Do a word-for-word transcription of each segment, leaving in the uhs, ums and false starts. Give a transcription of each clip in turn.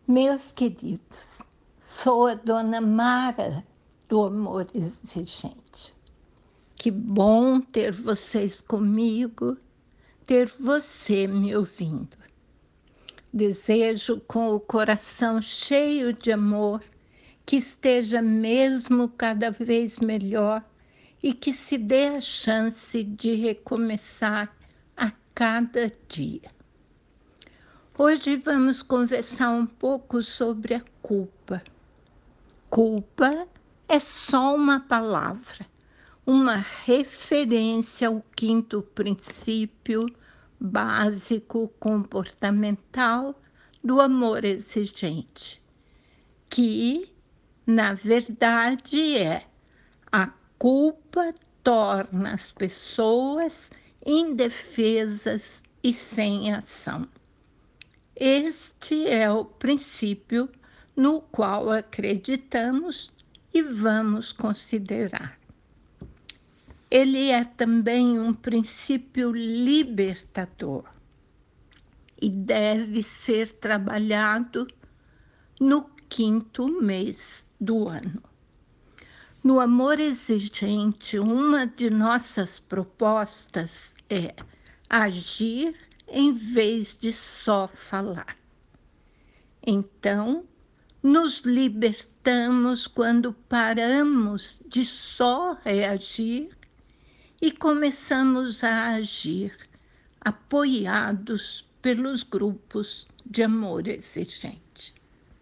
Meus queridos, sou a dona Mara do Amor Exigente. Que bom ter vocês comigo, ter você me ouvindo. Desejo com o coração cheio de amor que esteja mesmo cada vez melhor e que se dê a chance de recomeçar a cada dia. Hoje vamos conversar um pouco sobre a culpa. Culpa é só uma palavra, uma referência ao quinto princípio básico comportamental do amor exigente, que, na verdade, é a culpa torna as pessoas indefesas e sem ação. Este é o princípio no qual acreditamos e vamos considerar. Ele é também um princípio libertador e deve ser trabalhado no quinto mês do ano. No amor exigente, uma de nossas propostas é agir em vez de só falar. Então, nos libertamos quando paramos de só reagir e começamos a agir, apoiados pelos grupos de amor exigente.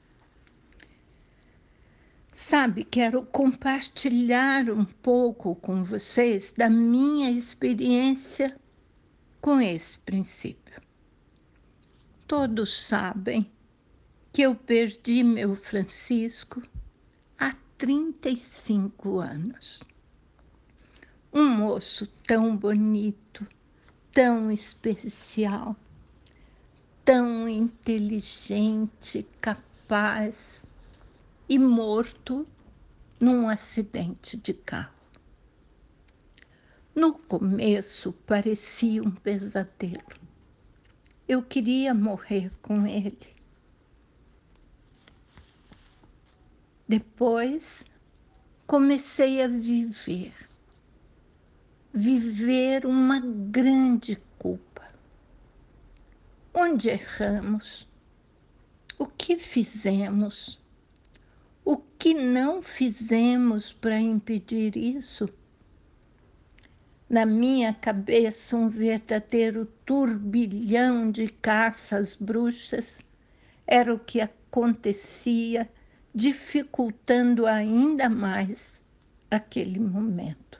Sabe, quero compartilhar um pouco com vocês da minha experiência com esse princípio. Todos sabem que eu perdi meu Francisco há trinta e cinco anos. Um moço tão bonito, tão especial, tão inteligente, capaz e morto num acidente de carro. No começo parecia um pesadelo. Eu queria morrer com ele. Depois comecei a viver. Viver uma grande culpa. Onde erramos? O que fizemos? O que não fizemos para impedir isso? Na minha cabeça, um verdadeiro turbilhão de caça às bruxas era o que acontecia, dificultando ainda mais aquele momento.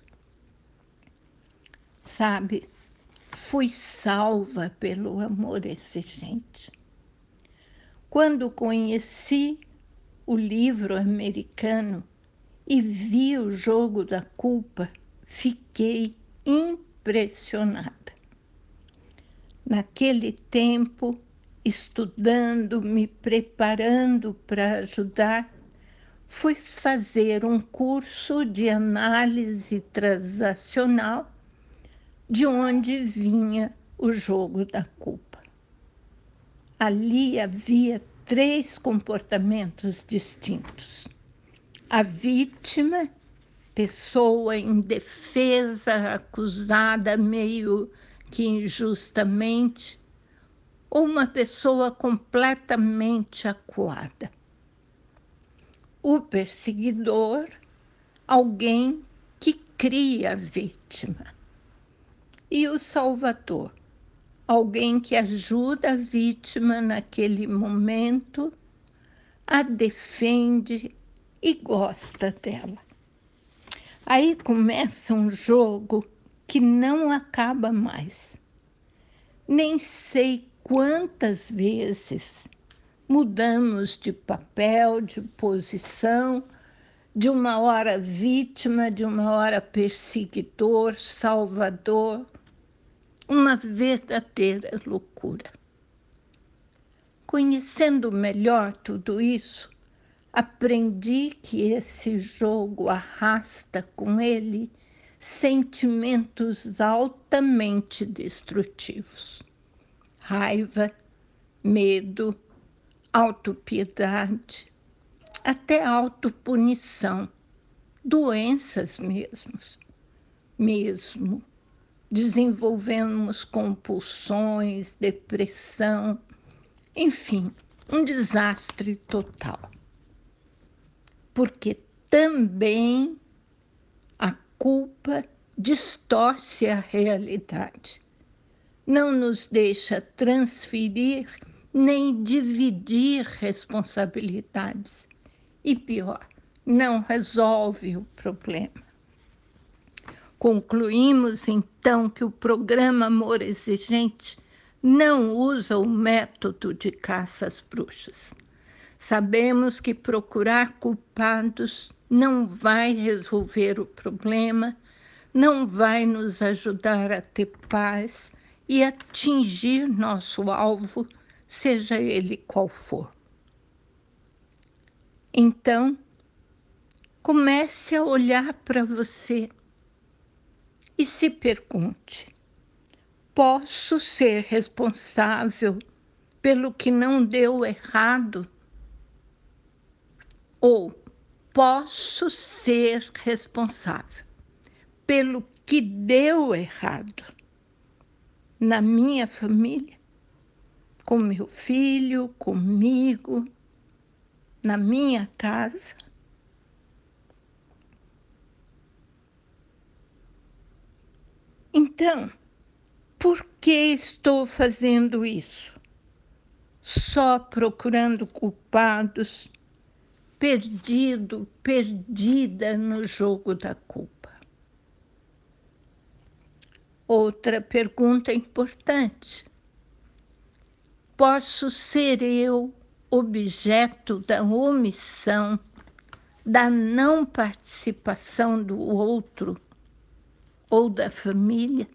Sabe, fui salva pelo amor exigente. Quando conheci o livro americano e vi o jogo da culpa, fiquei impressionada. Naquele tempo, estudando, me preparando para ajudar, fui fazer um curso de análise transacional, de onde vinha o jogo da culpa. Ali havia três comportamentos distintos. A vítima, pessoa indefesa, acusada meio que injustamente, ou uma pessoa completamente acuada. O perseguidor, alguém que cria a vítima. E o salvador, alguém que ajuda a vítima naquele momento, a defende e gosta dela. Aí começa um jogo que não acaba mais. Nem sei quantas vezes mudamos de papel, de posição, de uma hora vítima, de uma hora perseguidor, salvador. Uma verdadeira loucura. Conhecendo melhor tudo isso, aprendi que esse jogo arrasta com ele sentimentos altamente destrutivos. Raiva, medo, autopiedade, até autopunição, doenças mesmos, mesmo. Desenvolvemos compulsões, depressão, enfim, um desastre total. Porque também a culpa distorce a realidade, não nos deixa transferir nem dividir responsabilidades. E pior, não resolve o problema. Concluímos, então, que o programa Amor Exigente não usa o método de caça às bruxas. Sabemos que procurar culpados não vai resolver o problema, não vai nos ajudar a ter paz e atingir nosso alvo, seja ele qual for. Então, comece a olhar para você e se pergunte: posso ser responsável pelo que não deu errado? Ou posso ser responsável pelo que deu errado na minha família, com meu filho, comigo, na minha casa? Então, por que estou fazendo isso? Só procurando culpados, perdido, perdida no jogo da culpa. Outra pergunta importante: posso ser eu objeto da omissão, da não participação do outro ou da família?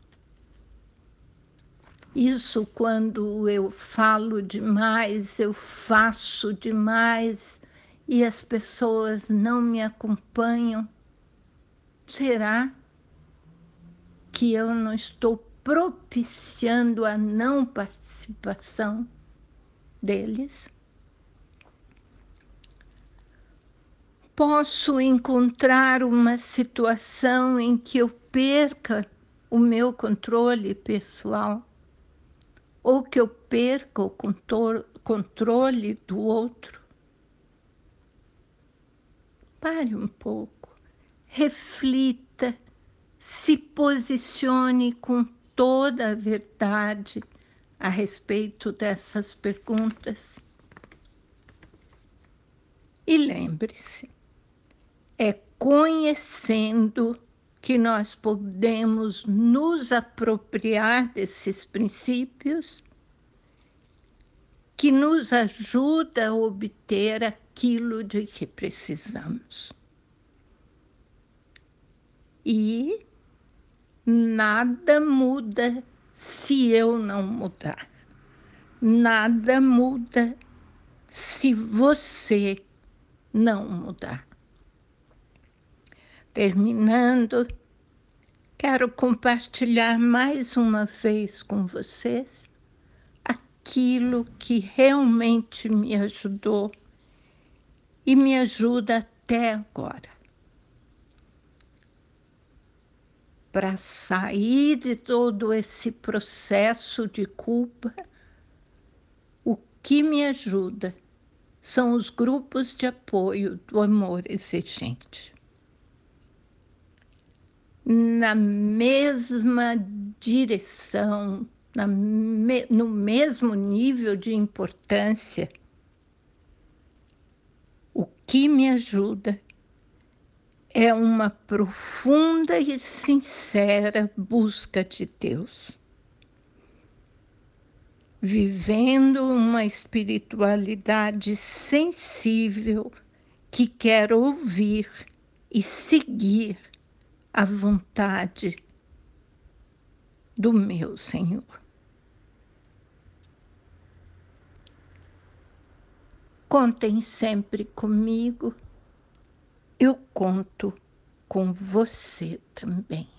Isso quando eu falo demais, eu faço demais e as pessoas não me acompanham. Será que eu não estou propiciando a não participação deles? Posso encontrar uma situação em que eu perca o meu controle pessoal, ou que eu perca o controle do outro? Pare um pouco, reflita, se posicione com toda a verdade a respeito dessas perguntas. E lembre-se, é conhecendo que nós podemos nos apropriar desses princípios que nos ajuda a obter aquilo de que precisamos. E nada muda se eu não mudar. Nada muda se você não mudar. Terminando, quero compartilhar mais uma vez com vocês aquilo que realmente me ajudou e me ajuda até agora. Para sair de todo esse processo de culpa, o que me ajuda são os grupos de apoio do amor exigente. Na mesma direção, na me, no mesmo nível de importância, o que me ajuda é uma profunda e sincera busca de Deus, vivendo uma espiritualidade sensível que quer ouvir e seguir a vontade do meu Senhor. Contem sempre comigo, eu conto com você também.